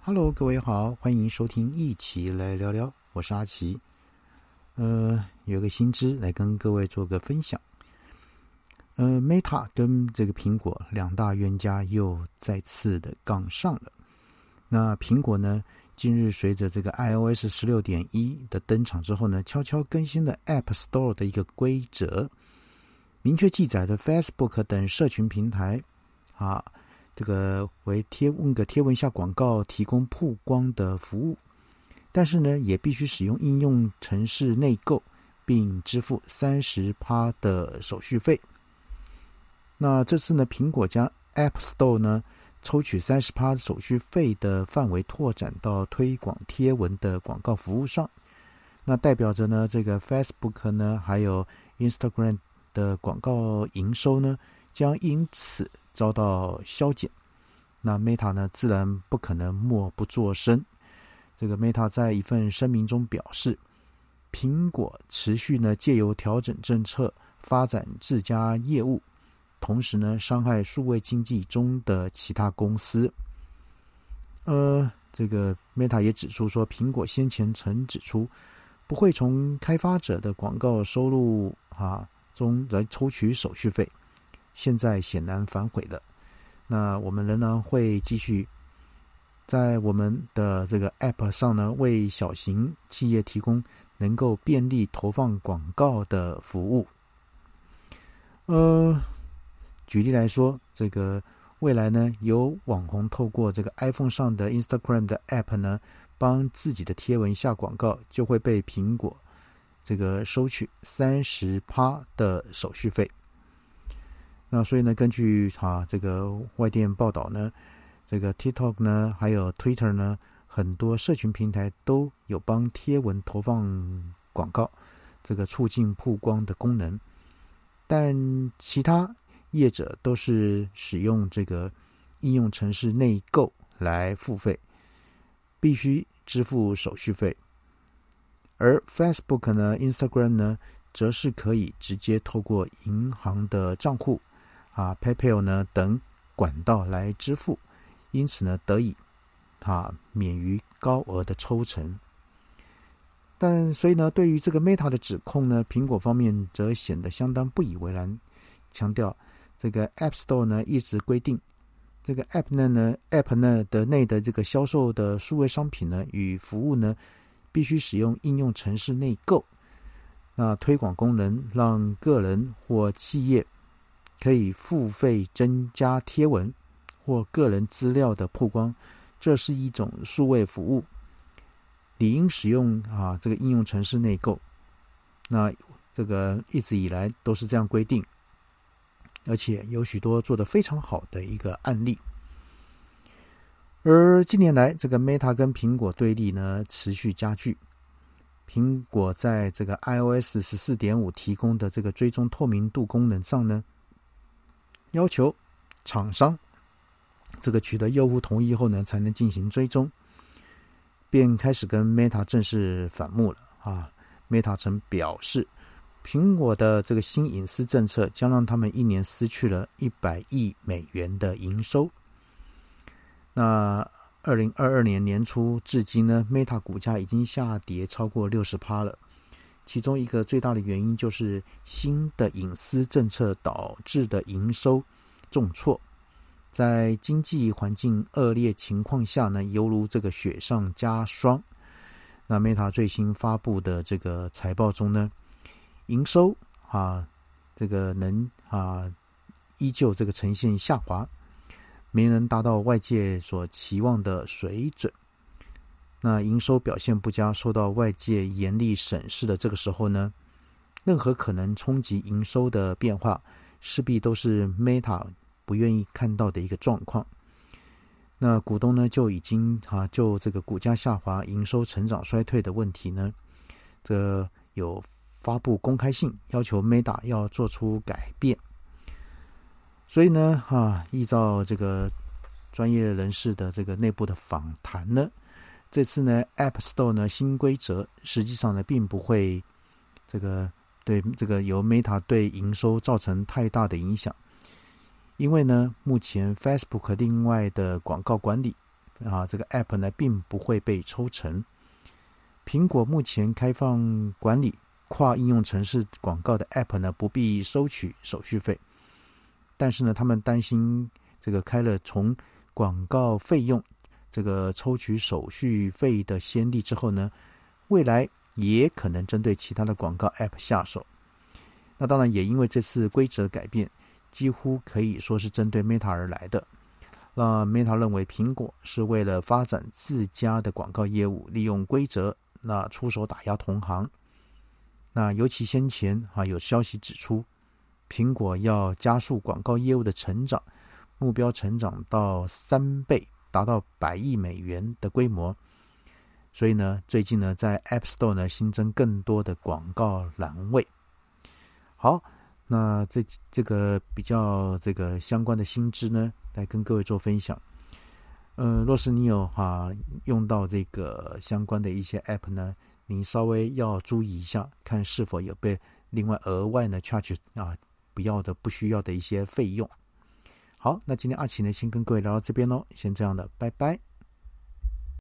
Hello，各位好，欢迎收听一起来聊聊，我是阿奇。有个新知来跟各位做个分享。Meta 跟这个苹果两大冤家又再次的杠上了。那苹果呢，近日随着这个 iOS 16.1的登场之后呢，悄悄更新了 App Store 的一个规则，明确记载了 Facebook 等社群平台这个为贴文下广告提供曝光的服务，但是呢，也必须使用应用程式内购，并支付 30% 的手续费。那这次呢，苹果将 App Store 呢抽取 30% 手续费的范围拓展到推广贴文的广告服务上，那代表着呢，这个 Facebook 呢还有 Instagram 的广告营收呢将因此遭到削减。那 Meta 呢自然不可能默不作声。这个 Meta 在一份声明中表示，苹果持续呢借由调整政策发展自家业务，同时呢伤害数位经济中的其他公司。这个 Meta 也指出说，苹果先前曾指出不会从开发者的广告收入中来抽取手续费，现在显然反悔了。那我们仍然会继续在我们的这个 App 上呢，为小型企业提供能够便利投放广告的服务。举例来说，这个未来呢，有网红透过这个 iPhone 上的 Instagram 的 App 呢，帮自己的贴文下广告，就会被苹果这个收取 30% 的手续费。那所以呢，根据这个外电报道呢，这个 TikTok 呢，还有 Twitter 呢，很多社群平台都有帮贴文投放广告，这个促进曝光的功能。但其他业者都是使用这个应用程式内购来付费，必须支付手续费。而 Facebook 呢 Instagram 呢，则是可以直接透过银行的账户PayPal 呢等管道来支付，因此呢得以免于高额的抽成。但所以呢，对于这个 Meta 的指控呢，苹果方面则显得相当不以为然，强调这个 App Store 呢一直规定，这个 App 呢的内的这个销售的数位商品呢与服务呢，必须使用应用程式内购。那推广功能让个人或企业可以付费增加贴文或个人资料的曝光，这是一种数位服务，理应使用这个应用程式内购。那这个一直以来都是这样规定，而且有许多做得非常好的一个案例。而近年来，这个 Meta 跟苹果对立呢持续加剧。苹果在这个 iOS 14.5 提供的这个追踪透明度功能上呢，要求厂商这个取得用户同意后呢，才能进行追踪，便开始跟 Meta 正式反目了Meta 曾表示，苹果的这个新隐私政策将让他们一年失去了$100亿的营收。那2022年年初至今呢， Meta 股价已经下跌超过 60% 了。其中一个最大的原因就是新的隐私政策导致的营收重挫，在经济环境恶劣情况下呢，犹如这个雪上加霜。那 Meta 最新发布的这个财报中呢，营收这个能依旧这个呈现下滑，没能达到外界所期望的水准。那营收表现不佳，受到外界严厉审视的这个时候呢，任何可能冲击营收的变化，势必都是 Meta 不愿意看到的一个状况。那股东呢就已经就这个股价下滑、营收成长衰退的问题呢，这有发布公开信，要求 Meta 要做出改变。所以呢依照这个专业人士的这个内部的访谈呢，这次呢 App Store 呢新规则实际上呢并不会对这个由 Meta 对营收造成太大的影响，因为呢目前 Facebook 另外的广告管理这个 App 呢并不会被抽成。苹果目前开放管理跨应用程式广告的 App 呢不必收取手续费，但是呢他们担心这个开了从广告费用这个抽取手续费的先例之后呢，未来也可能针对其他的广告 App 下手。那当然也因为这次规则改变几乎可以说是针对 Meta 而来的。那 Meta 认为苹果是为了发展自家的广告业务，利用规则那出手打压同行。那尤其先前有消息指出，苹果要加速广告业务的成长，目标成长到3倍，达到100亿美元的规模。所以呢，最近呢在 App Store 呢新增更多的广告栏位。好，那这个比较这个相关的新知呢，来跟各位做分享。若是你有用到这个相关的一些 App 呢，您稍微要注意一下，看是否有被另外额外呢 charge 不需要的一些费用。好，那今天阿奇呢先跟各位聊到这边咯，先这样的，拜拜。